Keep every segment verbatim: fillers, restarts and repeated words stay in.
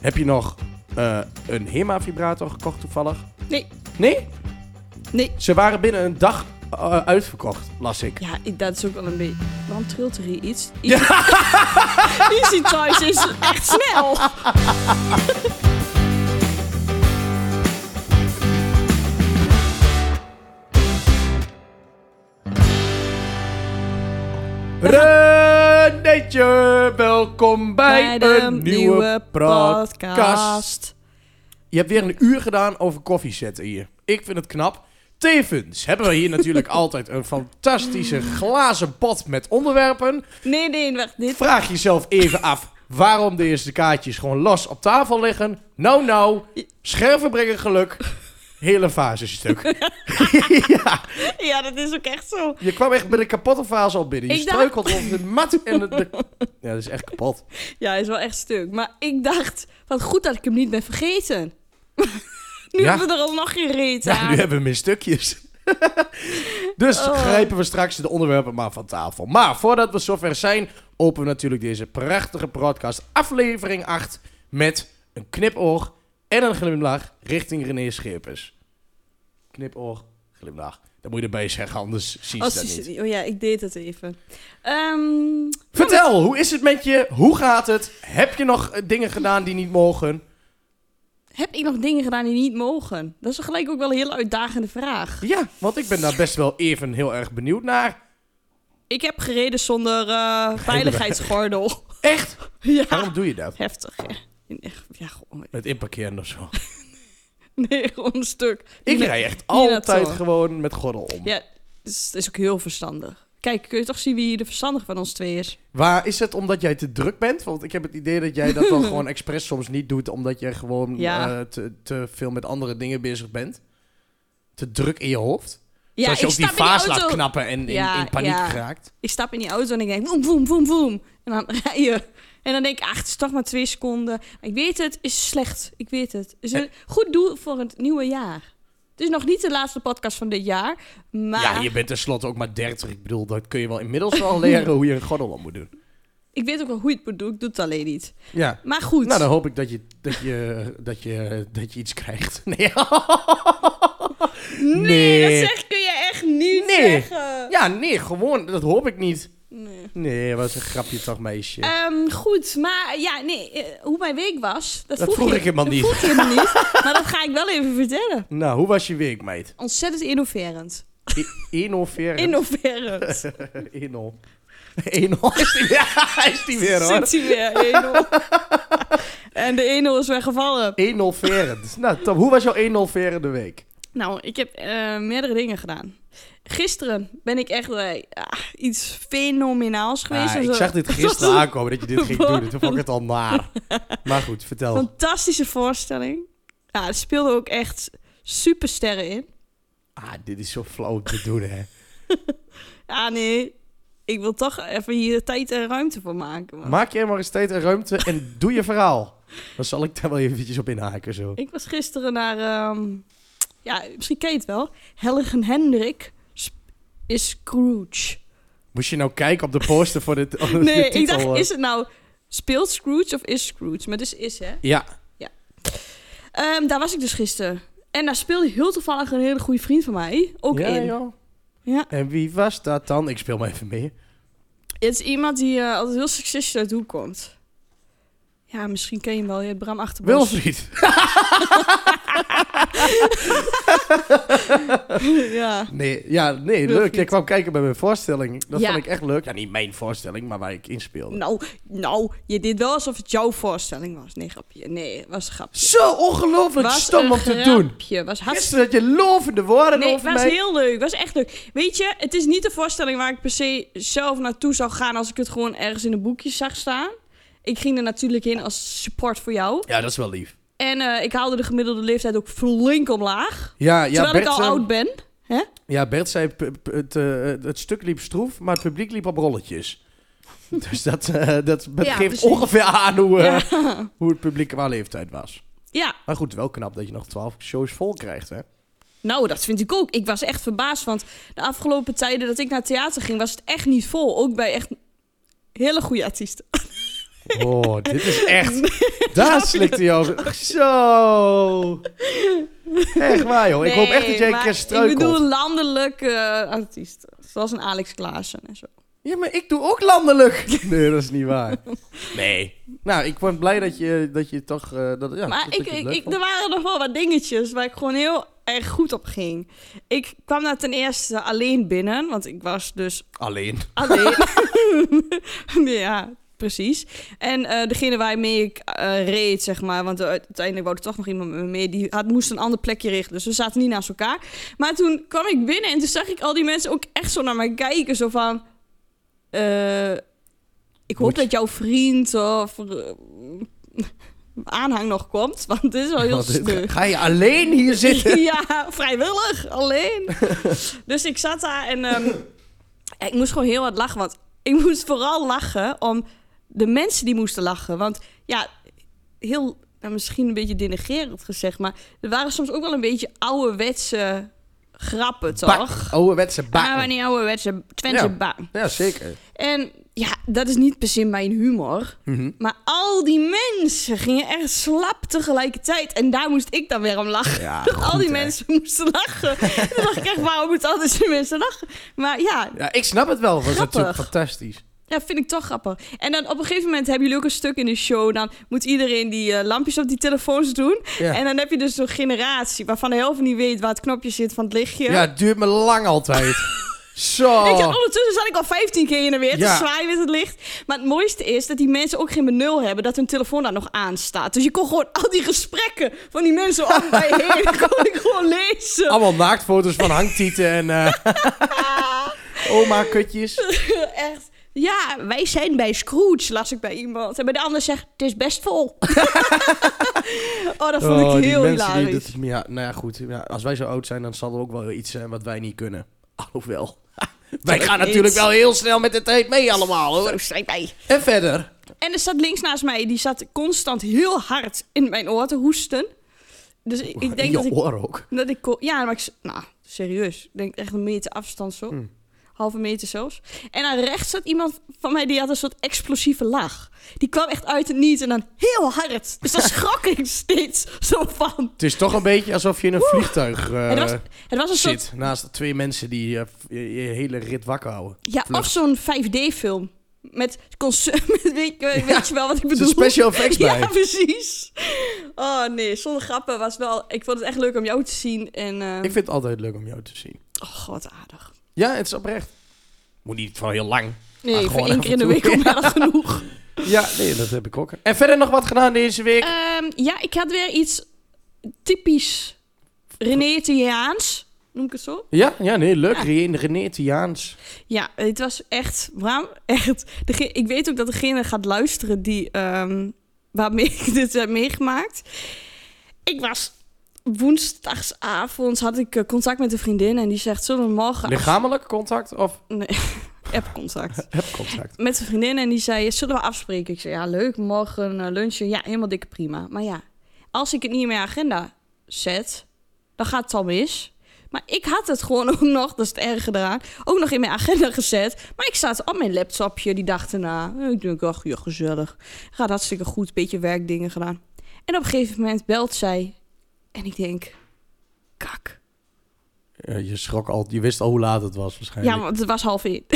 Heb je nog uh, een HEMA-vibrator gekocht toevallig? Nee. Nee? Nee. Ze waren binnen een dag uh, uitverkocht, las ik. Ja, ik, dat is ook wel een beetje... Waarom trilt er hier iets? Easy, ja. Easy Choice is echt snel. Renéetje, welkom bij, bij een nieuwe, nieuwe podcast. podcast. Je hebt weer een uur gedaan over koffie zetten hier. Ik vind het knap. Tevens hebben we hier natuurlijk altijd een fantastische glazen pot met onderwerpen. Nee, nee, wacht. Dit... Vraag jezelf even af waarom deze kaartjes gewoon los op tafel liggen. Nou, nou, scherven brengen geluk. Hele fasestuk. Ja. Ja, dat is ook echt zo. Je kwam echt met een kapotte vaas al binnen. Je Ik struikelt dacht... over de mat en de, de... Ja, dat is echt kapot. Ja, hij is wel echt stuk. Maar ik dacht, wat goed dat ik hem niet ben vergeten. Nu ja. hebben we er al nog geen reet aan. Ja, nu hebben we meer stukjes. Dus oh. grijpen we straks de onderwerpen maar van tafel. Maar voordat we zover zijn, openen we natuurlijk deze prachtige podcast aflevering acht met een knipoog en een glimlach richting René Scheepers. Knipoog, glimlach. Dat moet je erbij zeggen, anders zie je oh, dat niet. Oh ja, ik deed het even. Um, Vertel, hoe is het met je? Hoe gaat het? Heb je nog dingen gedaan die niet mogen? Heb ik nog dingen gedaan die niet mogen? Dat is gelijk ook wel een heel uitdagende vraag. Ja, want ik ben daar best wel even heel erg benieuwd naar. Ik heb gereden zonder uh, veiligheidsgordel. Echt? Ja. Waarom doe je dat? Heftig, hè? Ja, gewoon... Met inparkeren of zo. Nee, gewoon een stuk. Ik die rij echt die altijd zo. gewoon met gordel om. Ja, dat is, dat is ook heel verstandig. Kijk, kun je toch zien wie de verstandige van ons twee is? Waar is het omdat jij te druk bent? Want ik heb het idee dat jij dat dan gewoon expres soms niet doet, omdat jij gewoon ja. uh, te, te veel met andere dingen bezig bent. Te druk in je hoofd. Ja, Zoals je ik ook die stap in vaas die auto. laat knappen en in, ja, in paniek ja. geraakt. Ik stap in die auto en ik denk, voem, voem, voem, voem. En dan rij je. En dan denk ik, ach, het is toch maar twee seconden. Ik weet het, is slecht. Ik weet het. Het is een goed doel voor het nieuwe jaar. Het is nog niet de laatste podcast van dit jaar, maar... Ja, je bent tenslotte ook maar dertig. Ik bedoel, dat kun je wel inmiddels wel leren hoe je een gordel om moet doen. Ik weet ook wel hoe je het moet doen, ik doe het alleen niet. Ja. Maar goed. Nou, dan hoop ik dat je, dat je, dat je, dat je iets krijgt. Nee. nee, nee, dat zeg kun je echt niet nee. zeggen. Ja, nee, gewoon, dat hoop ik niet. Nee, nee dat was een grapje toch, meisje. Um, goed, maar ja, nee, uh, hoe mijn week was... Dat, dat vroeg, vroeg je, ik helemaal niet. Dat vroeg je helemaal niet, maar dat ga ik wel even vertellen. Nou, hoe was je week, meid? Ontzettend innoverend. I- innoverend? Innoverend. Eno. Eno. Is die weer, is die weer hoor. Zit hij weer, Eno. En de Eno is weggevallen. Innoverend. Nou, Tom, hoe was jouw innoverende week? Nou, ik heb uh, meerdere dingen gedaan. Gisteren ben ik echt uh, iets fenomenaals geweest. Ah, ik zag dit gisteren aankomen dat je dit ging doen. Toen vond ik het al naar. Maar goed, vertel. Fantastische voorstelling. Ja, er speelden ook echt supersterren in. Ah, dit is zo flauw te doen, hè. Ja, nee. Ik wil toch even hier tijd en ruimte voor maken. Man. Maak jij maar eens tijd en ruimte en doe je verhaal. Dan zal ik daar wel eventjes op inhaken, zo. Ik was gisteren naar... Um, ja, misschien ken je het wel. Helgen Hendrik is Scrooge. Moest je nou kijken op de poster voor dit oh, nee, titel, ik dacht, hoor. is het nou... Speelt Scrooge of is Scrooge? Maar het is is, hè? Ja. Ja. Um, daar was ik dus gisteren. En daar speelde heel toevallig een hele goede vriend van mij. Ook ja, in. Joh. Ja. En wie was dat dan? Ik speel maar even mee. Het is iemand die uh, altijd heel succesvol uit de hoek komt. Ja, misschien ken je hem wel. Je hebt Bram Achterbos. Wilfried. ja. Nee, ja, nee leuk. Wilfried. Ik kwam kijken bij mijn voorstelling. Dat Ja. vond ik echt leuk. Ja, niet mijn voorstelling, maar waar ik inspeelde. Nou, nou, je deed wel alsof het jouw voorstelling was. Nee, grapje. Nee, het was een grapje. Zo ongelooflijk Was stom een om te doen. grapje. Was hartstikke... Gisteren had je lovende woorden Nee, het over was mij. heel leuk. Het was echt leuk. Weet je, het is niet de voorstelling waar ik per se zelf naartoe zou gaan als ik het gewoon ergens in een boekje zag staan. Ik ging er natuurlijk in als support voor jou. Ja, dat is wel lief. En uh, ik haalde de gemiddelde leeftijd ook flink omlaag. Ja, ja, terwijl Bert, ik al zei- oud ben. Hè? Ja, Bert zei, p- p- het, uh, het stuk liep stroef, maar het publiek liep op rolletjes. Dus dat, uh, dat, dat Ja, geeft precies. ongeveer aan hoe, uh, Ja. hoe het publiek qua leeftijd was. ja, Maar goed, wel knap dat je nog twaalf shows vol krijgt, hè? nou, dat vind ik ook. Ik was echt verbaasd, want de afgelopen tijden dat ik naar het theater ging, was het echt niet vol. Ook bij echt hele goede artiesten. Oh, dit is echt... Daar slikte je over. Zo. Echt waar, joh. Ik hoop echt dat jij een keer struikelt. Ik bedoel landelijke uh, artiesten. Zoals een Alex Klaassen en zo. Ja, maar ik doe ook landelijk. Nee, dat is niet waar. Nee. Nou, ik ben blij dat je, dat je toch... Uh, dat, ja, maar dat ik, je ik, ik, er waren nog wel wat dingetjes waar ik gewoon heel erg goed op ging. Ik kwam daar ten eerste alleen binnen, want ik was dus... Alleen. Alleen. Ja, precies. En uh, degene waarmee ik uh, reed, zeg maar... want uh, uiteindelijk wou er toch nog iemand met me mee... die had, moest een ander plekje richten, dus we zaten niet naast elkaar. Maar toen kwam ik binnen en toen zag ik al die mensen ook echt zo naar mij kijken. Zo van... Uh, ik hoop Moet... dat jouw vriend of... Uh, aanhang nog komt, want dit is wel heel sneu. Ga je alleen hier zitten? Ja, vrijwillig, alleen. Dus ik zat daar en um, ik moest gewoon heel hard lachen, want ik moest vooral lachen om de mensen die moesten lachen. Want ja, heel, nou, misschien een beetje denigrerend gezegd, maar er waren soms ook wel een beetje ouderwetse grappen, toch? Bak, ouderwetse bak. Ja, maar niet ouderwetse Twentse ja. bak. Ja, zeker. En ja, dat is niet per se mijn humor. Mm-hmm. Maar al die mensen gingen echt slap tegelijkertijd. En daar moest ik dan weer om lachen. Ja, dat goed, al die hè? mensen moesten lachen. Toen dacht ik echt, waarom moeten altijd die mensen lachen? Maar ja... Ja, ik snap het wel. Dat is grappig. natuurlijk fantastisch. Ja, vind ik toch grappig. En dan op een gegeven moment hebben jullie ook een stuk in de show. Dan moet iedereen die uh, lampjes op die telefoons doen. Ja. En dan heb je dus zo'n generatie waarvan de helft niet weet waar het knopje zit van het lichtje. Ja, het duurt me lang altijd. Zo. Ik dacht, ondertussen zat ik al vijftien keer in en weer Ja. te zwaaien met het licht. Maar het mooiste is dat die mensen ook geen benul hebben dat hun telefoon daar nog aanstaat. Dus je kon gewoon al die gesprekken van die mensen om mij heen kon ik gewoon lezen. Allemaal naaktfoto's van hangtieten en uh, oma-kutjes. Echt. Ja, wij zijn bij Scrooge, las ik bij iemand. En bij de ander zegt, het is best vol. Oh, dat vond Oh, ik die heel mensen die hilarisch. dit- ja, nou ja, goed. Ja, als wij zo oud zijn, dan zal er ook wel iets zijn wat wij niet kunnen. Alhoewel. Wij gaan niet. natuurlijk wel heel snel met de tijd mee allemaal, hoor. Zo strijd bij. En verder. En er zat links naast mij, die zat constant heel hard in mijn oor te hoesten. Dus ik, ik In denk je dat ik... oor ook. Dat ik ko- ja, maar ik... Nou, serieus. Ik denk echt een meter afstand zo. Hmm. Halve meter zelfs. En aan rechts zat iemand van mij die had een soort explosieve lach. Die kwam echt uit het niets en dan heel hard. Dus daar schrok ik steeds zo van. Het is toch een beetje alsof je in een vliegtuig uh, Het was, het was een zit. soort... Naast twee mensen die uh, je, je hele rit wakker houden. Ja, Vlucht. of zo'n vijf D-film. Met, cons- met weet, weet Ja, je wel wat ik Er bedoel? zitten special effects bij. Ja, precies. Oh nee, zonder grappen was wel... Ik vond het echt leuk om jou te zien. En, uh... Ik vind het altijd leuk om jou te zien. Oh, god, aardig. Ja, het is oprecht. Moet niet van heel lang. Nee, Maar voor gewoon één af keer in en de week toe. om dat genoeg. Ja, nee, dat heb ik ook. En verder nog wat gedaan deze week? Um, ja, ik had weer iets typisch René-Italiaans. Noem ik het zo? Ja, ja, nee, leuk. Ja. René, René Tiaans. Ja, het was echt... Bram, echt... Dege- ik weet ook dat degene gaat luisteren die... Um, waarmee ik dit heb meegemaakt. Ik was... Woensdagsavond had ik uh, contact met een vriendin en die zegt, zullen we morgen... Lichamelijk contact of Nee, app-contact. heb-contact? Met een vriendin en die zei, zullen we afspreken? Ik zei, ja, leuk, morgen uh, lunchen. Ja, helemaal dikke prima. Maar ja, als ik het niet in mijn agenda zet, dan gaat het al mis. Maar ik had het gewoon ook nog, dat is het erge eraan, ook nog in mijn agenda gezet. Maar ik zat op mijn laptopje die dag erna. Ik denk, ach, ja, gezellig. Gaat hartstikke goed, beetje werkdingen gedaan. En op een gegeven moment belt zij en ik denk, kak. Ja, je schrok al, je wist al hoe laat het was waarschijnlijk. Ja, want het was half één.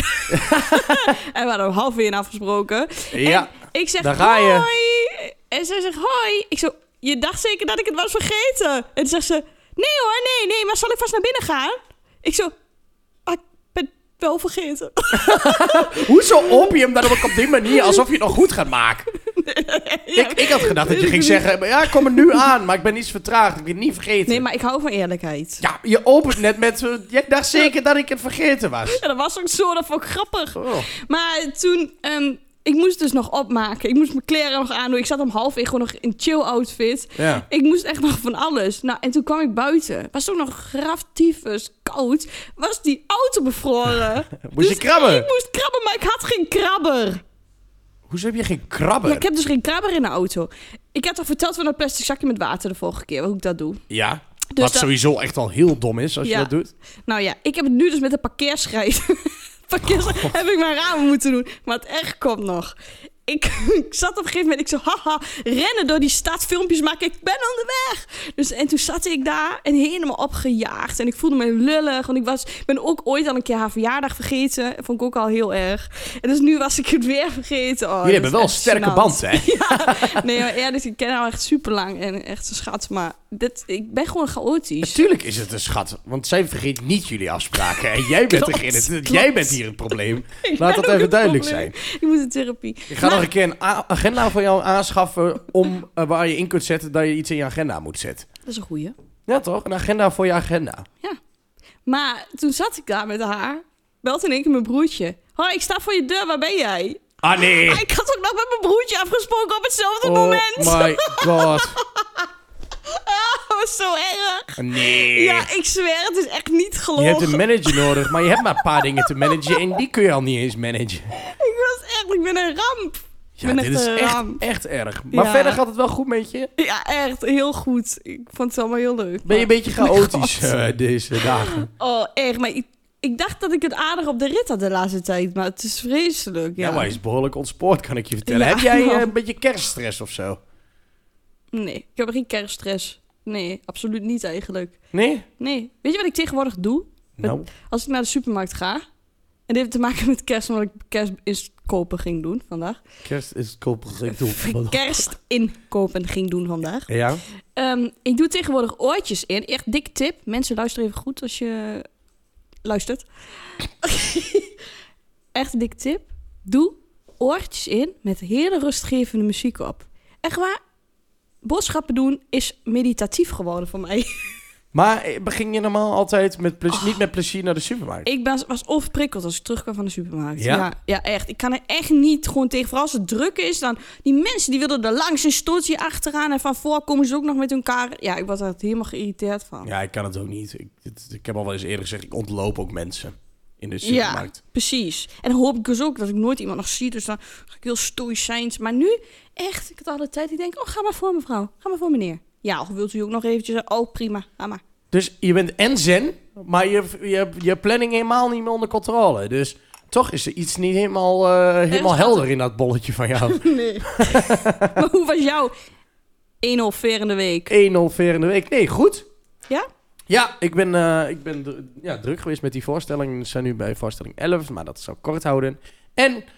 En we hadden om half één afgesproken. Ja, En ik zeg, daar ga je. hoi. En zij zegt, hoi. Ik zo, je dacht zeker dat ik het was vergeten. En toen zegt ze, nee hoor, nee, nee, maar zal ik vast naar binnen gaan? Ik zo, ah, ik ben het wel vergeten. Hoezo op je hem dan ook op die manier alsof je het nog goed gaat maken? Ja. Ik, ik had gedacht dat je ging zeggen, ja, ik kom er nu aan, maar ik ben iets vertraagd, ik ben het niet vergeten. Nee, maar ik hou van eerlijkheid. Ja, je opent net met, uh, jij dacht zeker dat ik het vergeten was. Ja, dat was ook zo, dat vond ik grappig. Oh. Maar toen, um, ik moest dus nog opmaken. Ik moest mijn kleren nog aandoen. Ik zat om half één gewoon nog in chill outfit. Ja. Ik moest echt nog van alles. Nou, en toen kwam ik buiten. Was ook nog graftyfus koud. Was die auto bevroren. Moest je Dus krabben? Ik moest krabben, maar ik had geen krabber. Hoezo heb je geen krabber? Ja, ik heb dus geen krabber in de auto. Ik had toch verteld van dat plastic zakje met water de vorige keer, hoe ik dat doe. Ja, Dus wat dat- sowieso echt al heel dom is als Ja. je dat doet. Nou ja, ik heb het nu dus met een parkeerschijf. Parkeerschijf heb ik mijn ramen moeten doen. Maar het echt komt nog. ik, ik zat op een gegeven moment, ik zo, haha, rennen door die stad, filmpjes maken, ik ben onderweg. Dus, en toen zat ik daar en helemaal opgejaagd. En ik voelde me lullig, want ik was, ben ook ooit al een keer haar verjaardag vergeten. Dat vond ik ook al heel erg. En dus nu was ik het weer vergeten. Oh, Jullie hebben wel een sterke gênant. band, hè? Ja, nee, maar ja, dus ik ken haar echt super lang en echt zijn schat. Maar dit, ik ben gewoon chaotisch. Natuurlijk is het een schat, want zij vergeet niet jullie afspraken. En jij bent Klopt, degene, klopt. jij bent hier het probleem. Ik Laat ben dat ook even het duidelijk probleem. zijn. Ik moet in therapie. Ik ga nog een keer een a- agenda voor jou aanschaffen om uh, waar je in kunt zetten dat je iets in je agenda moet zetten. Dat is een goeie. Ja toch? Een agenda voor je agenda. Maar toen zat ik daar met haar. Belt in één keer mijn broertje. Hoi, ik sta voor je deur, waar ben jij? Ah nee! Maar ik had ook nog met mijn broertje afgesproken op hetzelfde Oh moment. my god. Dat was zo erg. Nee. Ja, ik zweer, het is echt niet Je gelogen. hebt een manager nodig, maar je hebt maar een paar dingen te managen en die kun je al niet eens managen. Ik was echt, ik ben een ramp. Ik Ja, ben dit echt is een echt, ramp. echt erg. Maar Ja. verder gaat het wel goed met je? Ja, echt, heel goed. Ik vond het allemaal heel leuk. Ben je een beetje chaotisch God. uh, deze dagen? Oh, echt, maar ik, ik dacht dat ik het aardig op de rit had de laatste tijd, maar het is vreselijk. Ja, Ja, maar hij is behoorlijk ontspoord, kan ik je vertellen. Ja, Heb jij uh, nou. een beetje kerststress of zo? Nee, ik heb geen kerststress. Nee, absoluut niet eigenlijk. Nee? Nee. Weet je wat ik tegenwoordig doe? Nou, Als ik naar de supermarkt ga, en dit heeft te maken met kerst, omdat ik kerst inkopen ging doen vandaag. kerst is het kopen. Ik doe. Kerst inkopen ging doen vandaag. Ja? Um, ik doe tegenwoordig oortjes in. Echt dik tip. Mensen, luister even goed als je luistert. Echt een dik tip. Doe oortjes in met hele rustgevende muziek op. Echt waar. Boodschappen doen is meditatief geworden voor mij. Maar eh, begin je normaal altijd met plezier, Oh. niet met plezier naar de supermarkt? Ik was, was overprikkeld als ik terugkwam van de supermarkt. Ja? Ja, ja, echt. Ik kan er echt niet gewoon tegen. Vooral als het druk is, dan... Die mensen die willen er langs een stoeltje achteraan... en van voor komen ze ook nog met hun kar. Ja, ik was er helemaal geïrriteerd van. Ja, ik kan het ook niet. Ik, het- ik heb al wel eens eerder gezegd, ik ontloop ook mensen in de supermarkt. Ja, precies. En dan hoop ik dus ook dat ik nooit iemand nog zie. Dus dan ga ik heel stoïcijns. Maar nu, echt, ik had alle tijd. Ik denk, oh, ga maar voor mevrouw. Ga maar voor meneer. Ja, of wilt u ook nog eventjes... Oh, prima. Ga maar. Dus je bent en zen, maar je, je, je planning helemaal niet meer onder controle. Dus toch is er iets niet helemaal, uh, helemaal gaat helder in dat bolletje van jou. Nee. Maar hoe was jouw eenolverende week? één nul verende week. Nee, goed. Ja? Ja, ik ben, uh, ik ben dru- ja, druk geweest met die voorstelling. We zijn nu bij voorstelling elf, maar dat zal ik kort houden. En uh,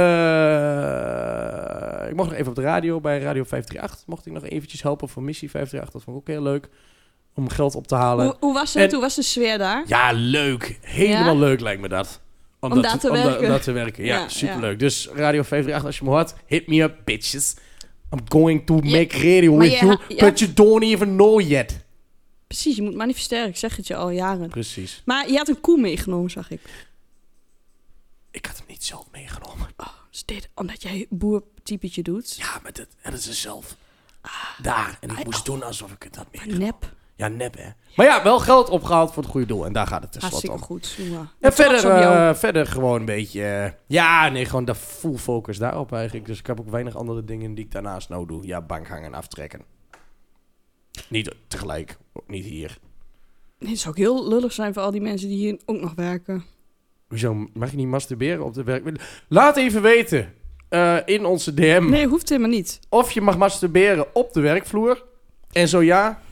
ik mocht nog even op de radio, bij Radio vijf drie acht. Mocht ik nog eventjes helpen voor Missie vijf drie acht. Dat vond ik ook heel leuk. Om geld op te halen. Hoe, hoe was het? En- Hoe was de sfeer daar? Ja, leuk. Helemaal Ja? leuk lijkt me dat. Om, Om dat daar te om da- werken. om daar te werken. Ja, Ja, superleuk. Dus Radio vijf drie acht, als je me hoort, hit me up, bitches. I'm going to Ja, make radio maar with je you, ha- ja. but you don't even know yet. Precies, je moet manifesteren. Ik zeg het je al jaren. Precies. Maar je had een koe meegenomen, zag ik. Ik had hem niet zelf meegenomen. Oh, is dit omdat jij boertypetje doet? Ja, maar dat, dat is er zelf. Daar. En ik ah, moest oh. doen alsof ik het had meegenomen. Nep. Ja, nep hè. Maar ja, wel geld opgehaald voor het goede doel. En daar gaat het tenslotte Hartstikke om. goed. Jongen. En Ben trots verder, op jou. eh, verder gewoon een beetje... eh, ja, nee, gewoon de full focus daarop eigenlijk. Dus ik heb ook weinig andere dingen die ik daarnaast nou doe. Ja, bank hangen en aftrekken. Niet tegelijk. Ook niet hier. Nee, het zou ook heel lullig zijn voor al die mensen die hier ook nog werken. Hoezo? Mag je niet masturberen op de werk? Laat even weten eh, in onze D M Nee, hoeft helemaal niet. of je mag masturberen op de werkvloer. En zo ja,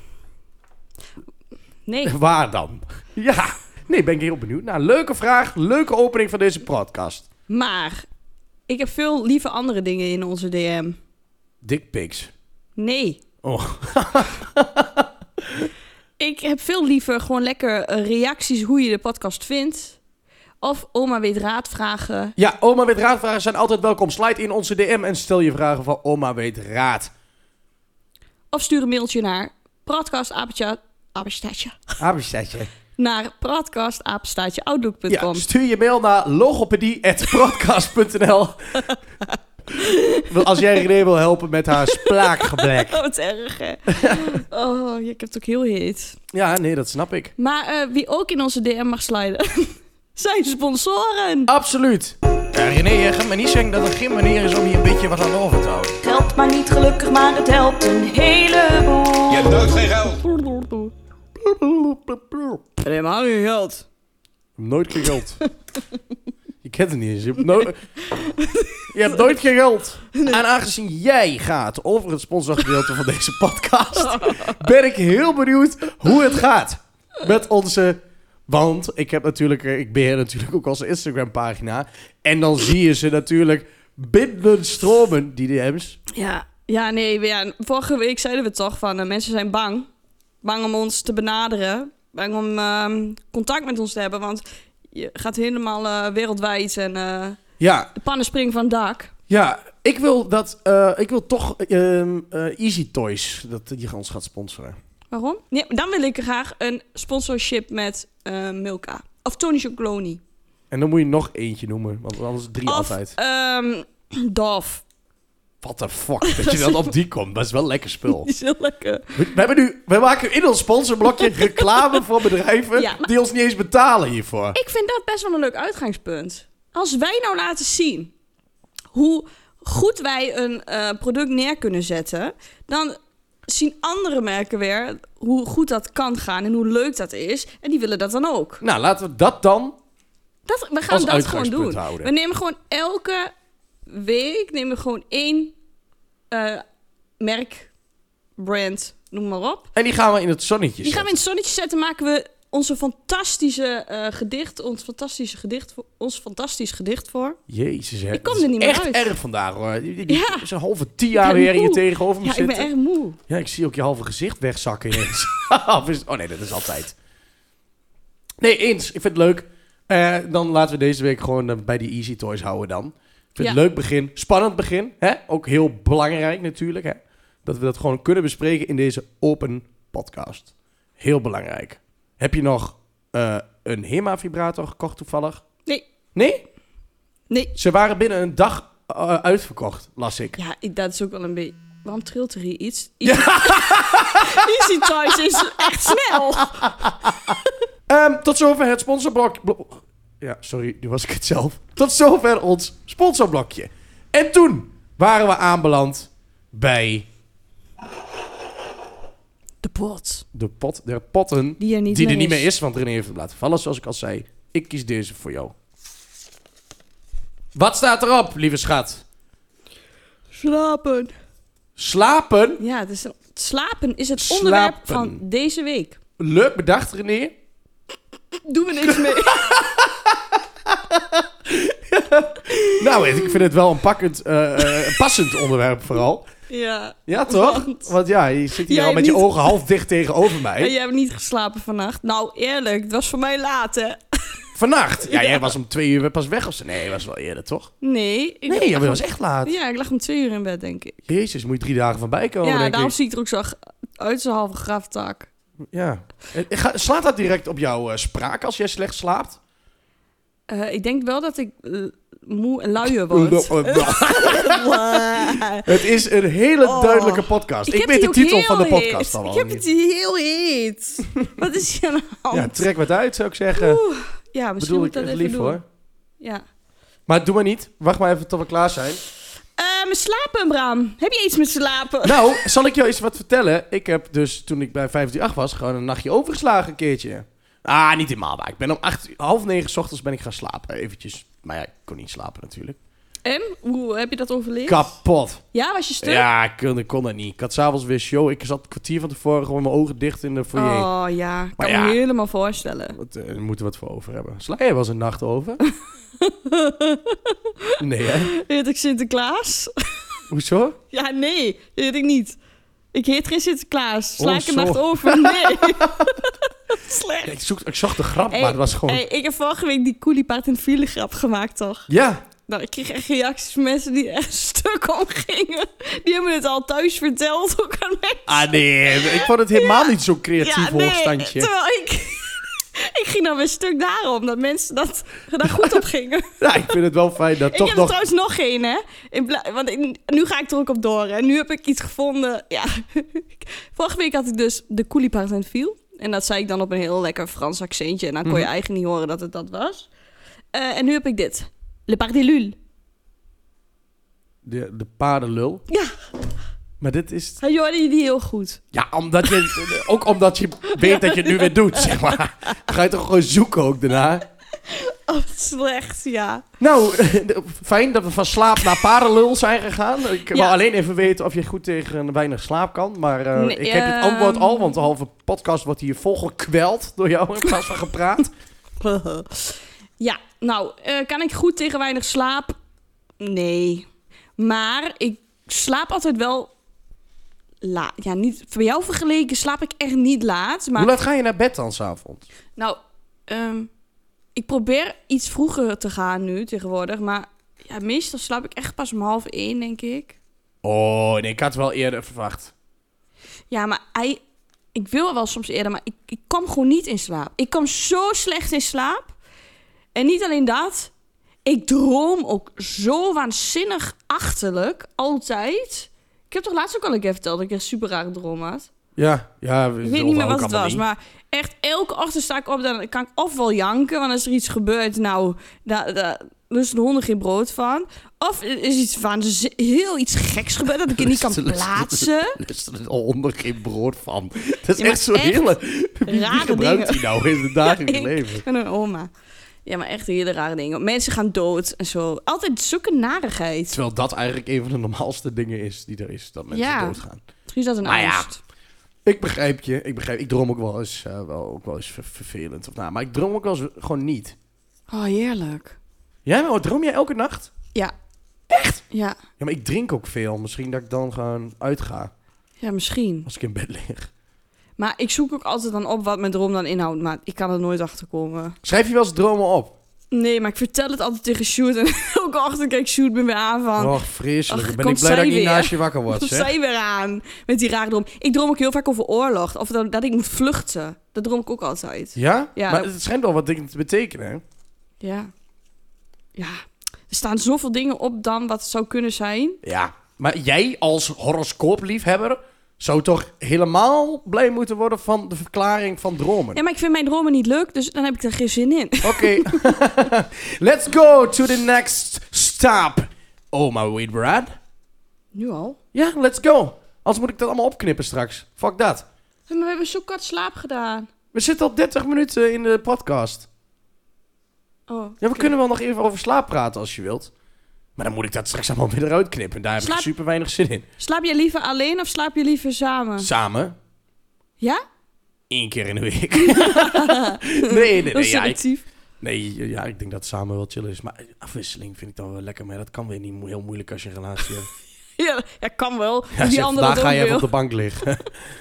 Nee. waar dan? Ja, nee, ben ik heel benieuwd. Nou, leuke vraag. Leuke opening van deze podcast. Maar ik heb veel lieve andere dingen in onze D M. Dickpics. Nee. Oh. Ik heb veel liever gewoon lekker eh, reacties hoe je de podcast vindt. Of oma weet raad vragen. Ja, Oma Weet Raad vragen zijn altijd welkom. Slide in onze D M en stel je vragen van Oma Weet Raad. Of stuur een mailtje naar podcastapenstaatje apenstaatje Apenstaatje. naar podcastapenstaatje outlook punt com. Ja, stuur je mail naar logopedie at podcast punt n l. Als jij René wil helpen met haar spraakgebrek. Oh, wat erg, hè? Oh, ik heb het ook heel heet. Ja, nee, dat snap ik. Maar eh, wie ook in onze D M mag sliden, zijn sponsoren. Absoluut. Ja, René, je gaat me niet zeggen dat er geen manier is om hier een beetje wat aan over te houden. Het helpt maar niet gelukkig, maar het helpt een heleboel. Je hebt nooit geen geld. Helemaal geen geld. Nooit geen geld. Je Je kent het niet eens. Je hebt, no- je hebt nooit geen geld. Nee. En aangezien jij gaat over het sponsorgedeelte van deze podcast, ben ik heel benieuwd hoe het gaat met onze... Want ik heb natuurlijk, ik beheer natuurlijk ook onze Instagram pagina. En dan zie je ze natuurlijk binnenstromen, die D M's. Ja, ja nee, ja, vorige week zeiden we toch van uh, mensen zijn bang. Bang om ons te benaderen. Bang om uh, contact met ons te hebben, want je gaat helemaal uh, wereldwijd en uh, ja. de pannen springen van het dak. Ja, ik wil dat, uh, ik wil toch uh, uh, Easy Toys, dat die ons gaat sponsoren. Waarom? Nee, dan wil ik graag een sponsorship met uh, Milka. Of Tony Chocolonely. En dan moet je nog eentje noemen, want anders drie of, altijd. Um, Dove. What the fuck, dat je dan op die komt. Dat is wel lekker spul. Die is heel lekker. We, we, hebben nu, we maken in ons sponsorblokje reclame voor bedrijven ja, die ons niet eens betalen hiervoor. Ik vind dat best wel een leuk uitgangspunt. Als wij nou laten zien hoe goed wij een uh, product neer kunnen zetten, dan zien andere merken weer hoe goed dat kan gaan en hoe leuk dat is. En die willen dat dan ook. Nou, laten we dat dan dat, we gaan dat gewoon doen. Houden. We nemen gewoon elke week nemen we gewoon één uh, merk, brand, noem maar op. En die gaan we in het zonnetje die zetten. Die gaan we in het zonnetje zetten. Maken we onze fantastische uh, gedicht, ons fantastische gedicht, voor, ons fantastisch gedicht voor. Jezus, hè. Ik kom er niet meer echt uit. Echt erg vandaag, hoor. Die, die, ja. Zo'n halve tien jaar weer hier tegenover me ja, zitten. Ja, ik ben erg moe. Ja, ik zie ook je halve gezicht wegzakken ineens. Oh nee, dat is altijd. Nee, eens. Ik vind het leuk. Uh, dan laten we deze week gewoon uh, bij die Easy Toys houden dan. Ik vind ja. het leuk begin. Spannend begin. Hè? Ook heel belangrijk natuurlijk. Hè? Dat we dat gewoon kunnen bespreken in deze open podcast. Heel belangrijk. Heb je nog uh, een HEMA-vibrator gekocht toevallig? Nee. Nee? Nee. Ze waren binnen een dag uh, uitverkocht, las ik. Ja, ik, dat is ook wel een beetje... Waarom trilt er hier iets? iets... Ja. Easy Toys is echt snel. um, tot zover het sponsorblok... Blo- ja, sorry, nu was ik het zelf. Tot zover ons sponsorblokje. En toen waren we aanbeland bij... De pot. De pot der potten. Die er niet, die meer, er niet is. meer is, want René heeft hem laten vallen, zoals ik al zei. Ik kies deze voor jou. Wat staat erop, lieve schat? Slapen. Slapen? Ja, dus slapen is het slapen. onderwerp van deze week. Leuk bedacht, René. Doen we niks mee. Nou, ik vind het wel een pakkend, uh, uh, passend onderwerp vooral. Ja. Ja, toch? Want, Want ja, je zit hier al met je niet... ogen half dicht tegenover mij. En jij hebt niet geslapen vannacht. Nou, eerlijk, het was voor mij laat, hè? Vannacht? Ja, ja, jij was om twee uur pas weg of zo. Nee, je was wel eerder, toch? Nee. Ik nee, je was echt laat. Ja, ik lag om twee uur in bed, denk ik. Jezus, moet je drie dagen van bijkomen, ja, denk daarom ik. zie ik er ook zo uit zo'n halve graftak. Ja. Slaat dat direct op jouw uh, spraak als jij slecht slaapt? Uh, ik denk wel dat ik uh, moe en luier word. Het is een hele oh. duidelijke podcast. Ik, ik weet de titel van de podcast al. Ik heb het hier heel heet. Wat is hier aan de hand? Ja, trek wat uit, zou ik zeggen. Oeh. Ja, misschien Bedoel moet dat ik even lief, doen. Hoor. Ja. Maar doe maar niet. Wacht maar even tot we klaar zijn. Uh, mijn slapen, Bram. Heb je iets met slapen? Nou, zal ik jou eens wat vertellen? Ik heb dus, toen ik bij vijf drie acht was, gewoon een nachtje overgeslagen een keertje. Ah, niet helemaal waar. Ik ben om acht, half negen 's ochtends ben ik gaan slapen, eventjes. Maar ja, ik kon niet slapen natuurlijk. En? Hoe heb je dat overleefd? Kapot. Ja, was je stuk? Ja, ik kon, ik kon dat niet. Ik had s'avonds weer show. Ik zat een kwartier van tevoren gewoon mijn ogen dicht in de foyer. Oh ja, ik kan ja, me helemaal voorstellen. Wat, uh, we moeten wat voor over hebben. Sla jij wel eens een nacht over? Nee, hè? Heet ik Sinterklaas? Hoezo? Ja, nee. Heet ik niet. Ik heet geen Sinterklaas. Sla oh, ik een nacht over? Nee. Slecht. Ja, ik, zoek, ik zocht de grap, hey, maar het was gewoon... Hey, ik heb vorige week die koeliepaard en file grap gemaakt, toch? Ja. Nou, ik kreeg echt reacties van mensen die echt stuk omgingen. Die hebben het al thuis verteld, ook aan mensen. Ah, nee. Ik vond het helemaal ja. niet zo'n creatief ja, nee, hoogstandje. Terwijl ik... Ik ging dan weer stuk daarom, dat mensen dat, daar goed op gingen. Ja, ik vind het wel fijn dat ik toch nog... nog... Ik heb er trouwens nog geen, hè. In bla... Want ik... nu ga ik er ook op door, hè. Nu heb ik iets gevonden. Ja. Vorige week had ik dus de koeliepaard en viel. En dat zei ik dan op een heel lekker Frans accentje. En dan kon je mm-hmm. eigenlijk niet horen dat het dat was. Uh, en nu heb ik dit. Le pardilule. De, de paardenlul? Ja. Maar dit is... Hij hoorde je die heel goed. Ja, omdat je... ook omdat je weet dat je het nu weer doet, zeg maar. Dan ga je toch gewoon zoeken ook daarna. Oh, slecht, ja. Nou, fijn dat we van slaap naar paardenlul zijn gegaan. Ik wil Ja. alleen even weten of je goed tegen een weinig slaap kan. Maar uh, Nee, ik heb het ehm. antwoord al, want de halve podcast wordt hier volgekweld door jou in plaats van gepraat. Ja, nou, uh, kan ik goed tegen weinig slaap? Nee. Maar ik slaap altijd wel laat. Ja, niet voor jou vergeleken slaap ik echt niet laat. Maar Hoe laat ga je naar bed dan s'avonds? nou, um, ik probeer iets vroeger te gaan nu tegenwoordig. Maar ja, meestal slaap ik echt pas om half één, denk ik. Oh, nee, ik had het wel eerder verwacht. Ja, maar hij, ik wil wel soms eerder, maar ik, ik kom gewoon niet in slaap. Ik kom zo slecht in slaap. En niet alleen dat. Ik droom ook zo waanzinnig achterlijk. Altijd. Ik heb toch laatst ook al een keer verteld dat ik een super rare droom had. Ja, ja. Ik weet niet meer wat het was, maar echt elke ochtend sta ik op, dan kan ik ofwel janken, want als er iets gebeurt, nou, daar da, lust de honden geen brood van. Of er is iets van heel iets geks gebeurd dat ik het niet kan plaatsen. Lust er de honden geen brood van. Dat is Ja, maar echt zo echt hele... Wie, wie rare gebruikt dingen. die nou in het dagelijks Ja, ik leven? en een oma. Ja, maar echt hele rare dingen. Mensen gaan dood en zo. Altijd zulke narigheid. Terwijl dat eigenlijk een van de normaalste dingen is die er is, dat mensen Ja. doodgaan. Misschien is dat een Maar ja. angst. Ik begrijp je. Ik begrijp. Ik droom ook wel eens, uh, wel, ook wel eens ver- vervelend. Of, nou, maar ik droom ook wel eens gewoon niet. Oh, heerlijk. Jij, maar droom jij elke nacht? Ja. Echt? Ja. Ja, maar ik drink ook veel. Misschien dat ik dan gewoon uitga Ja, misschien. als ik in bed lig. Maar ik zoek ook altijd dan op wat mijn droom dan inhoudt. Maar ik kan er nooit achter komen. Schrijf je wel eens dromen op? Nee, maar ik vertel het altijd tegen Sjoerd. En elke ochtend kijkt Sjoerd me weer aan van... Och, vreselijk. Ach, Dan ben komt ik blij dat ik zij niet weer. naast je wakker word, Komt zeg. zij weer aan met die rare droom. Ik droom ook heel vaak over oorlog. Of dat, dat ik moet vluchten. Dat droom ik ook altijd. Ja? Ja, Maar dat- het schijnt wel wat dingen te betekenen, hè? Ja. Ja. Er staan zoveel dingen op dan wat het zou kunnen zijn. Ja. Maar jij als horoscoopliefhebber zou toch helemaal blij moeten worden van de verklaring van dromen? Ja, maar ik vind mijn dromen niet leuk. Dus dan heb ik er geen zin in. Oké. Let's go to the next stop. Oh, maar wait, Brad. Nu al? Ja, let's go. Anders moet ik dat allemaal opknippen straks. Fuck dat. Maar we hebben zo kort slaap gedaan. We zitten al dertig minuten in de podcast. Oh, Ja, we oké. kunnen wel nog even over slaap praten als je wilt. Maar dan moet ik dat straks allemaal weer eruit knippen. Daar heb Slaap- ik super weinig zin in. Slaap je liever alleen of slaap je liever samen? Samen. Ja? Eén keer in de week. nee, nee, Dat nee. is Ja, ik, selectief. nee, ja, ik denk dat samen wel chill is. Maar afwisseling vind ik dan wel lekker. Maar dat kan weer niet mo- heel moeilijk als je een relatie hebt. Ja, ja, kan wel. Ja, die zeg, andere daar dat ga ook je even wil. op de bank liggen.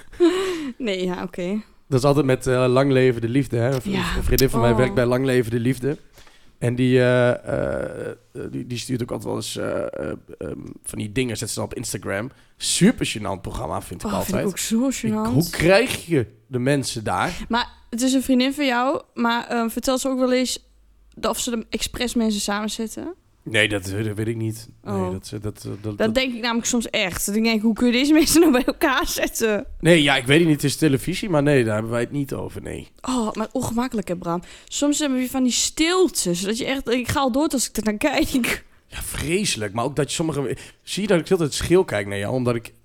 Nee, ja, oké. Dat is altijd met uh, Lang Leven de Liefde. Hè? Een, v- Ja. een vriendin van mij Oh. werkt bij Lang Leven de Liefde. En die, uh, uh, die, die stuurt ook altijd wel eens uh, uh, um, van die dingen, zet ze dan op Instagram. Super gênant programma, vind ik Oh, altijd. vind ik ook zo Ik- gênant. hoe krijg je de mensen daar? Maar het is een vriendin van jou, maar um, vertelt ze ook wel eens dat of ze er expres mensen samenzetten? Nee, dat, dat weet ik niet. Nee, Oh. dat, dat, dat, dat, Dat denk ik namelijk soms echt. Dat ik denk, hoe kun je deze mensen nou bij elkaar zetten? nee, ja, ik weet het niet. Het is televisie, maar nee, daar hebben wij het niet over. Nee. Oh, maar ongemakkelijk hè, Bram. Soms hebben we van die stiltes. Dat je echt, ik ga al dood als ik er naar kijk. Ja, vreselijk. Maar ook dat je sommige... Zie je dat ik altijd scheel kijk naar jou, omdat ik...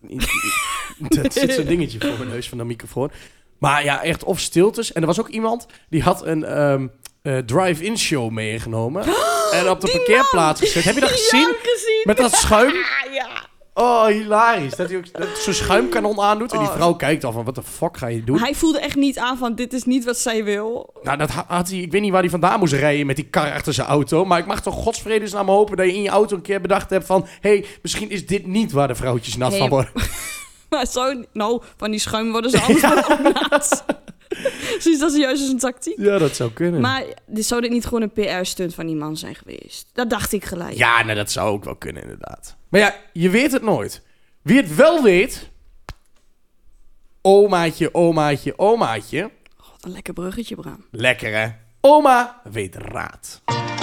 dat zit zo'n dingetje voor mijn neus van de microfoon. Maar ja, echt of stiltes. En er was ook iemand die had een ehm, eh, drive-in show meegenomen. En op de Die parkeerplaats man! gezet. Heb je dat Ja, gezien? gezien. Met dat schuim? Ah, ja. Oh, hilarisch. Dat hij ook dat zo'n schuimkanon aandoet. En die Oh. vrouw kijkt al van, wat de fuck ga je doen? Maar hij voelde echt niet aan van, dit is niet wat zij wil. Nou, dat ha- had hij... Ik weet niet waar hij vandaan moest rijden met die kar achter zijn auto. Maar ik mag toch godsvredesnaam hopen dat je in je auto een keer bedacht hebt van... Hé, hey, misschien is dit niet waar de vrouwtjes nat Hey, van worden. Maar zo, nou, van die schuim worden ze allemaal ook nat. Precies, dat is juist eens een tactiek. Ja, dat zou kunnen. Maar dit, zou dit niet gewoon een P R-stunt van die man zijn geweest? Dat dacht ik gelijk. Ja, nou, dat zou ook wel kunnen, inderdaad. Maar ja, je weet het nooit. Wie het wel weet... Omaatje, omaatje, omaatje. God, een lekker bruggetje, Bram. Lekker, hè? Oma weet raad.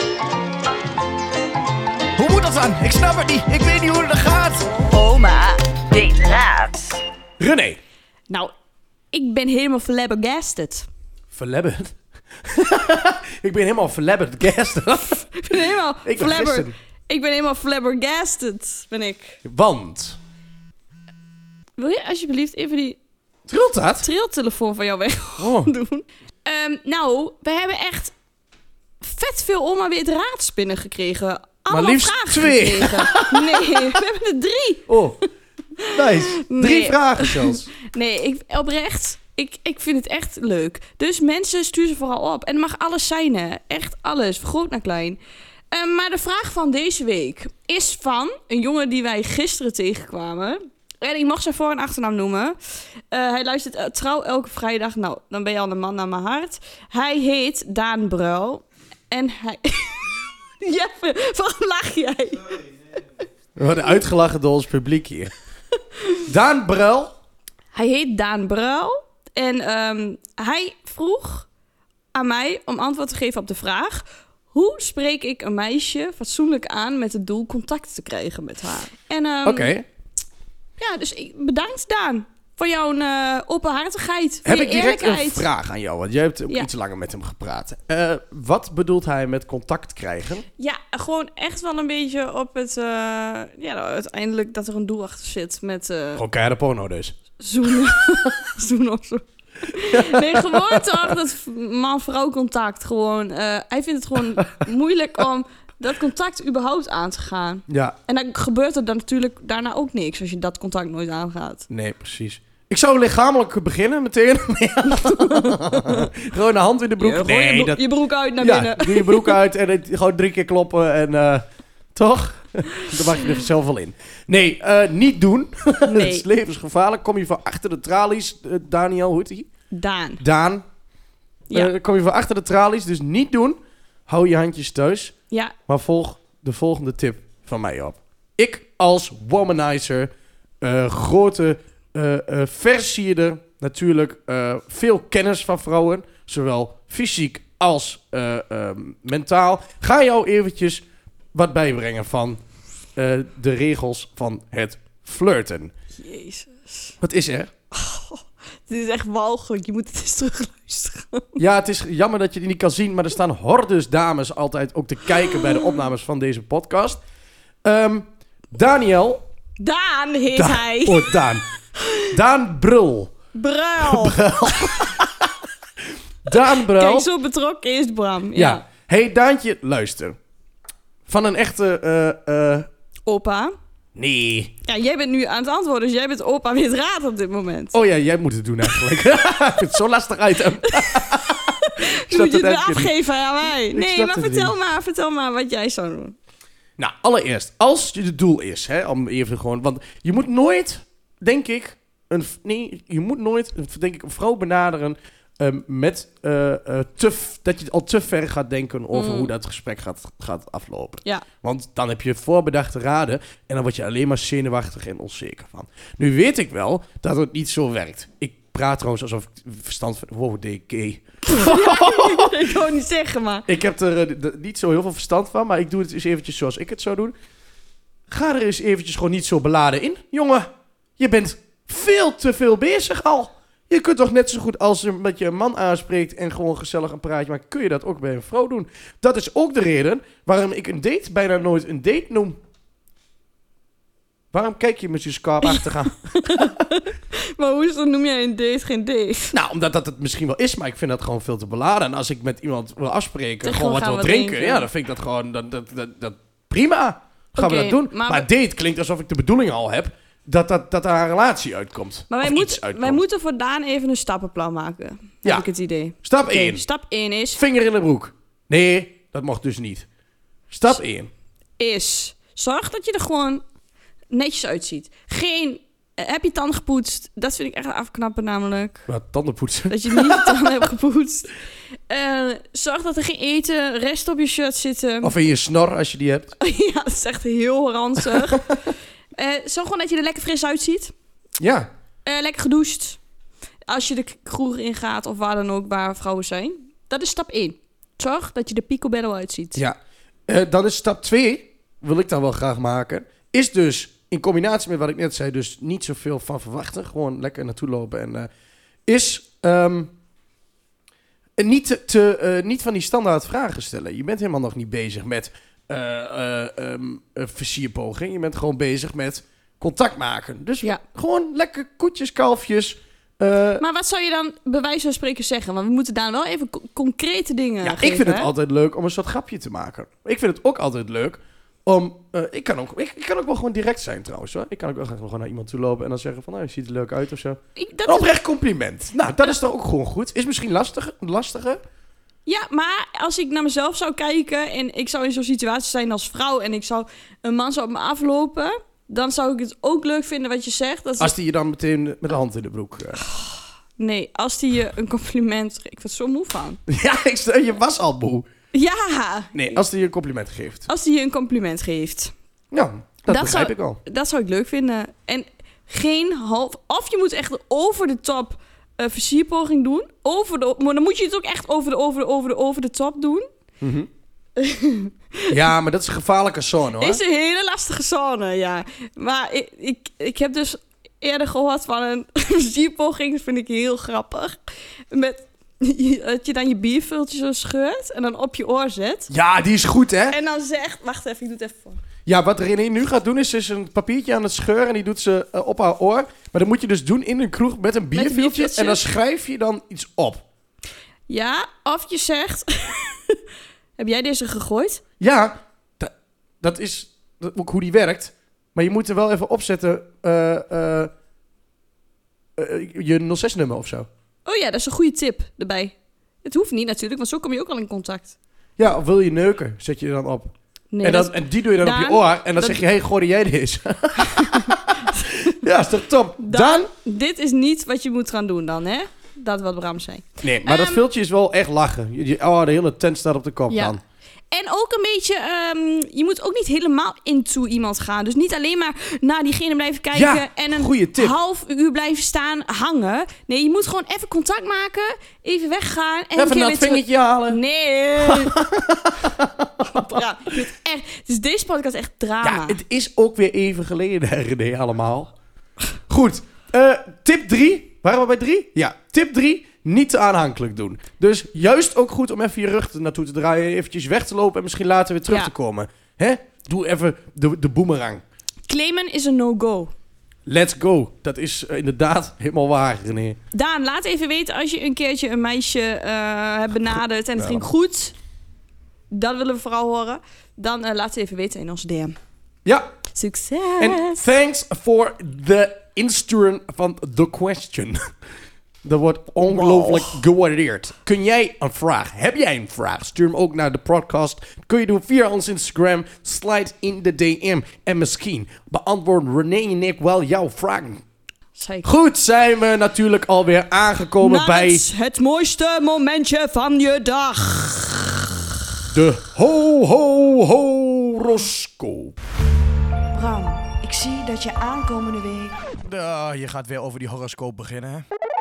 Hoe moet dat dan? Ik snap het niet. Ik weet niet hoe het gaat. Oma weet raad. René. Nou, ik ben helemaal flabbergasted. Verlebberd. Ik ben helemaal verlebberd. Guest. Ik ben helemaal Ik ben flabber... gisteren. Ik ben helemaal flabbergasted, ben ik. Want... Wil je alsjeblieft even die Trilt dat? triltelefoon van jou weg Oh. doen? Um, nou, we hebben echt vet veel oma weet raads binnengekregen. Allemaal liefst vragen twee. gekregen. Nee, we hebben er drie. Oh, nice. Nee. Drie vragen zelfs. Nee, ik, oprecht, ik, ik vind het echt leuk. Dus mensen, stuur ze vooral op. En het mag alles zijn, hè. Echt alles, van groot naar klein. Uh, maar de vraag van deze week is van een jongen die wij gisteren tegenkwamen. En ik mag zijn voor- en achternaam noemen. Uh, hij luistert uh, trouw elke vrijdag. Nou, dan ben je al een man naar mijn hart. Hij heet Daan Bruil. En hij... Jeppe, waarom lach jij? We worden uitgelachen door ons publiek hier. Daan Bruil. Hij heet Daan Bruil. En um, hij vroeg aan mij om antwoord te geven op de vraag... Hoe spreek ik een meisje fatsoenlijk aan met het doel contact te krijgen met haar? Um, Oké. Okay. Ja, dus ik, bedankt Daan voor jouw uh, openhartigheid. Heb ik direct een vraag aan jou, want jij hebt ook ja. iets langer met hem gepraat. Uh, wat bedoelt hij met contact krijgen? Ja, gewoon echt wel een beetje op het... Uh, ja, uiteindelijk dat er een doel achter zit met... Uh, gewoon keiharde porno dus. Zoenen. Zoenen of zo. Nee, gewoon toch dat man-vrouw contact gewoon. Uh, hij vindt het gewoon moeilijk om dat contact überhaupt aan te gaan. Ja. En dan gebeurt er dan natuurlijk daarna ook niks als je dat contact nooit aangaat. Nee, precies. Ik zou lichamelijk beginnen meteen. Gewoon een hand in de broek. Ja, nee, je, bro- dat... je broek uit naar ja, binnen. doe je broek uit en het, gewoon drie keer kloppen en uh, toch? Dan mag je er zelf wel in. Nee, uh, niet doen. Nee. Het is levensgevaarlijk. Kom je van achter de tralies, uh, Daniel, hoe heet die? Daan. Daan. Ja. Uh, kom je van achter de tralies, dus niet doen. Hou je handjes thuis. Ja. Maar volg de volgende tip van mij op. Ik als womanizer, uh, grote uh, uh, versierder, natuurlijk uh, veel kennis van vrouwen, zowel fysiek als uh, uh, mentaal, ga jou eventjes wat bijbrengen van uh, de regels van het flirten. Jezus. Wat is er? Oh, dit is echt walgelijk. Je moet het eens terugluisteren. Ja, het is jammer dat je die niet kan zien, maar er staan hordes dames altijd ook te kijken bij de opnames van deze podcast. Um, Daniel. Daan heet Da- hij. Oh, Daan. Daan Brul. Bruil. Bruil. Daan Bruil. Kijk, zo betrokken is Bram. Ja. Ja. Hey, Daantje, luister. Van een echte... Uh, uh... Opa. Nee. Ja, jij bent nu aan het antwoorden, dus jij bent opa weer raad op dit moment. Oh ja, jij moet het doen eigenlijk. Ik vind het zo lastig item. Moet je het weer afgeven aan mij? Nee, maar vertel niet. maar, vertel maar wat jij zou doen. Nou, allereerst, als je het doel is, hè, om even gewoon... Want je moet nooit, denk ik... Een, nee, je moet nooit, denk ik, een vrouw benaderen... Um, met uh, uh, te, dat je al te ver gaat denken over mm. hoe dat gesprek gaat, gaat aflopen. Ja. Want dan heb je voorbedachte raden en dan word je alleen maar zenuwachtig en onzeker van. Nu weet ik wel dat het niet zo werkt. Ik praat trouwens alsof ik verstand van... Wow, D K. Ja, ik wil niet zeggen, maar... Ik heb er uh, d- niet zo heel veel verstand van, maar ik doe het eens eventjes zoals ik het zou doen. Ga er eens eventjes gewoon niet zo beladen in. Jongen, je bent veel te veel bezig al. Je kunt toch net zo goed als je met je man aanspreekt en gewoon gezellig een praatje maakt, kun je dat ook bij een vrouw doen. Dat is ook de reden waarom ik een date bijna nooit een date noem. Waarom kijk je met je scarp-achtig aan? Maar hoezo noem jij een date geen date? Nou, omdat dat het misschien wel is, maar ik vind dat gewoon veel te beladen. En als ik met iemand wil afspreken, Zeg, gewoon wat gaan wil we drinken, drinken. ja, dan vind ik dat gewoon dat, dat, dat, dat prima. Gaan Oké, we dat doen. maar Maar, we- date klinkt alsof ik de bedoeling al heb dat, dat, dat daar een relatie uitkomt. Maar wij, Of moet, iets uitkomt. wij moeten voor Daan even een stappenplan maken. Ja. Heb ik het idee. Stap Oké, één. stap één is... Vinger in de broek. Nee, dat mocht dus niet. Stap één. is... Zorg dat je er gewoon netjes uitziet. Geen... eh, heb je tanden gepoetst? Dat vind ik echt afknappen namelijk. Wat tandenpoetsen. Dat je niet je tanden hebt gepoetst. Eh, zorg dat er geen eten, rest op je shirt zitten. Of in je snor als je die hebt. Ja, dat is echt heel ranzig. Eh, zorg gewoon dat je er lekker fris uitziet. Ja. Eh, lekker gedoucht. Als je de k- kroeg ingaat of waar dan ook waar vrouwen zijn. Dat is stap één. Zorg dat je er picobello uitziet. Ja. Uh, dan is stap twee, wil ik dan wel graag maken, is dus in combinatie met wat ik net zei, dus niet zoveel van verwachten. Gewoon lekker naartoe lopen. En uh, is um, niet, te, te, uh, niet van die standaard vragen stellen. Je bent helemaal nog niet bezig met uh, uh, um, uh, versierpoging. Je bent gewoon bezig met contact maken. Dus Ja. gewoon lekker koetjes, kalfjes. Uh, Maar wat zou je dan bij wijze van spreken zeggen? Want we moeten daar wel even co- concrete dingen ja, geven. ik vind het hè? altijd leuk om een soort grapje te maken. Ik vind het ook altijd leuk om... Uh, ik, kan ook, ik, ik kan ook wel gewoon direct zijn trouwens hoor. Ik kan ook wel gewoon naar iemand toe lopen en dan zeggen van... Nou, je ziet er leuk uit of zo. Ik, dat Een is- oprecht compliment. Nou, dat is toch ook gewoon goed. Is misschien lastiger. lastiger. Ja, maar als ik naar mezelf zou kijken en ik zou in zo'n situatie zijn als vrouw en ik zou een man zou op me aflopen, dan zou ik het ook leuk vinden wat je zegt. Dat Als die je dan meteen met de hand in de broek... Uh. Nee, als die je een compliment... Ik word zo moe van. Ja, ik stel, je was al moe. Ja! Nee, als die je een compliment geeft. Als die je een compliment geeft. Ja, dat, Dat begrijp zou- ik al. Dat zou ik leuk vinden. En geen half... Of je moet echt een over de top uh, versierpoging doen. Over de, maar dan moet je het ook echt over de, over de, over de, over de top doen. Mm-hmm. Ja, maar dat is een gevaarlijke zone hoor. Is een hele lastige zone, ja. Maar ik, ik, ik heb dus eerder gehoord van een versierpoging. Dat vind ik heel grappig. Met dat je dan je bierviltje zo scheurt en dan op je oor zet. Ja, die is goed hè. En dan zegt... Wacht even, ik doe het even voor. Ja, wat René nu gaat doen is, is een papiertje aan het scheuren en die doet ze uh, op haar oor. Maar dat moet je dus doen in een kroeg met een bierviltje bierviltje. en dan schrijf je dan iets op. Ja, of je zegt... Heb jij deze gegooid? Ja, da- dat is dat, ook hoe die werkt. Maar je moet er wel even opzetten uh, uh, uh, je nul zes nummer of zo. Oh ja, dat is een goede tip erbij. Het hoeft niet natuurlijk, want zo kom je ook al in contact. Ja, of wil je neuken, zet je er dan op. Nee, en, dan, dat- en die doe je dan Daan, op je oor en dan dat- zeg je, hey, gooi jij deze. Ja, is toch top? Dan, Dan? dit is niet wat je moet gaan doen dan, hè? Dat wat Bram zei. Nee, maar dat Ehm, filtje is wel echt lachen. Je, je- oh, de hele tent staat op de kop Ja. dan. En ook een beetje, ehm, je moet ook niet helemaal into iemand gaan. Dus niet alleen maar naar diegene blijven kijken Ja, en een goeie tip. half uur blijven staan hangen. Nee, je moet gewoon even contact maken, even weggaan. En een Even keer naar weer het vingertje halen. Nee. Ja, het, is echt, het is deze podcast echt drama. Ja, het is ook weer even geleden, René, allemaal. Goed, uh, tip drie. Waren we bij drie? Ja, tip drie. Niet te aanhankelijk doen. Dus juist ook goed om even je rug er naartoe te draaien. Eventjes weg te lopen en misschien later weer terug Ja. te komen. Hè? Doe even de, de boomerang. Claimen is een no-go. Let's go. Dat is uh, inderdaad helemaal waar, René. Daan, laat even weten als je een keertje een meisje uh, hebt benaderd en het Ja. ging goed. Dat willen we vooral horen. Dan uh, laat het even weten in onze D M. Ja, Succes! en thanks for the insturen van the question. Dat wordt ongelooflijk gewaardeerd. Kun jij een vraag? Heb jij een vraag? Stuur hem ook naar de podcast. Kun je doen via ons Instagram. Slide in de D M. En misschien beantwoorden René en ik wel jouw vragen. Zeker. Goed, zijn we natuurlijk alweer aangekomen Naar bij het, het mooiste momentje van je dag. de ho-ho-horoscoop. Bram, ik zie dat je aankomende week... Uh, je gaat weer over die horoscoop beginnen, hè?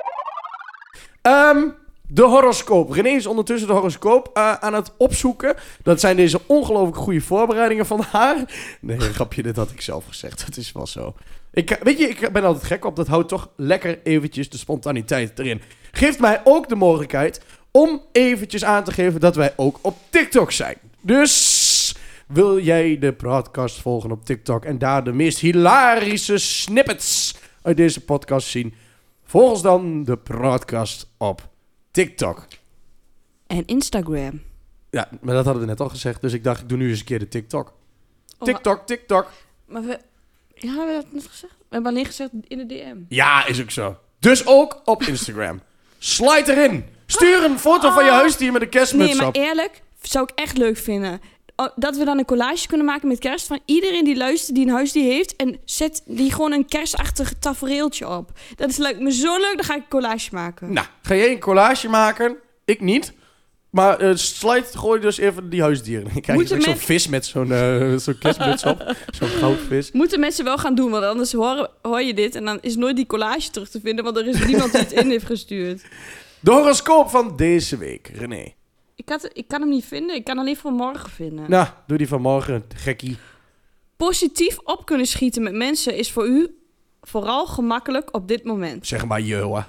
Um, de horoscoop. René is ondertussen de horoscoop uh, aan het opzoeken. Dat zijn deze ongelooflijk goede voorbereidingen van haar. Nee, een grapje, dit had ik zelf gezegd. Het is wel zo. Ik, weet je, ik ben altijd gek op. Dat houdt toch lekker eventjes de spontaniteit erin. Geeft mij ook de mogelijkheid om eventjes aan te geven dat wij ook op TikTok zijn. Dus wil jij de podcast volgen op TikTok en daar de meest hilarische snippets uit deze podcast zien? Volg ons dan de podcast op TikTok. En Instagram. Ja, maar dat hadden we net al gezegd. Dus ik dacht, ik doe nu eens een keer de TikTok. Oh, TikTok, TikTok. Maar we... Ja, hebben we dat net gezegd? We hebben alleen gezegd in de D M. Ja, is ook zo. Dus ook op Instagram. Slide erin. Stuur een foto van je huisdier met een kerstmuts Nee, maar op. eerlijk, zou ik echt leuk vinden. Oh, dat we dan een collage kunnen maken met kerst van iedereen die luistert, die een huisdier heeft. En zet die gewoon een kerstachtig tafereeltje op. Dat is lijkt me zo leuk, dan ga ik een collage maken. Nou, ga jij een collage maken? Ik niet. Maar uh, slide, gooi dus even die huisdieren. Dan krijg je Moeten zo'n men- vis met zo'n uh, zo'n kerstmuts op. Zo'n goudvis. Moeten mensen wel gaan doen, want anders horen, hoor je dit en dan is nooit die collage terug te vinden, want er is niemand die het in heeft gestuurd. De horoscoop van deze week, René. Ik, had, ik kan hem niet vinden, ik kan alleen voor morgen vinden. Nou, doe die van morgen, gekkie. Positief op kunnen schieten met mensen is voor u vooral gemakkelijk op dit moment. Zeg maar joa.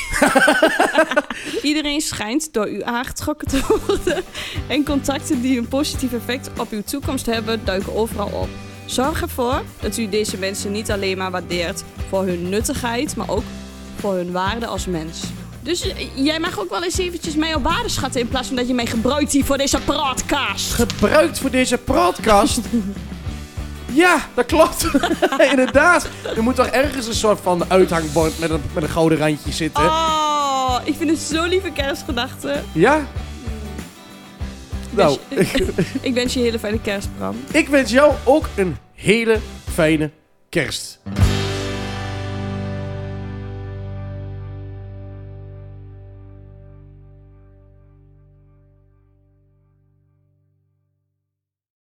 Iedereen schijnt door u aangetrokken te worden. En contacten die een positief effect op uw toekomst hebben, duiken overal op. Zorg ervoor dat u deze mensen niet alleen maar waardeert voor hun nuttigheid, maar ook voor hun waarde als mens. Dus eh, jij mag ook wel eens eventjes mij op waarde schatten in plaats van dat je mij gebruikt hier voor deze podcast. Gebruikt voor deze podcast? Ja, dat klopt. Inderdaad. Er moet toch ergens een soort van uithangbord met een, met een gouden randje zitten? Oh, ik vind het zo lieve kerstgedachten. Ja? Nou, Ik wens, je, ik wens je een hele fijne kerst, Bram. ik wens jou ook een hele fijne kerst.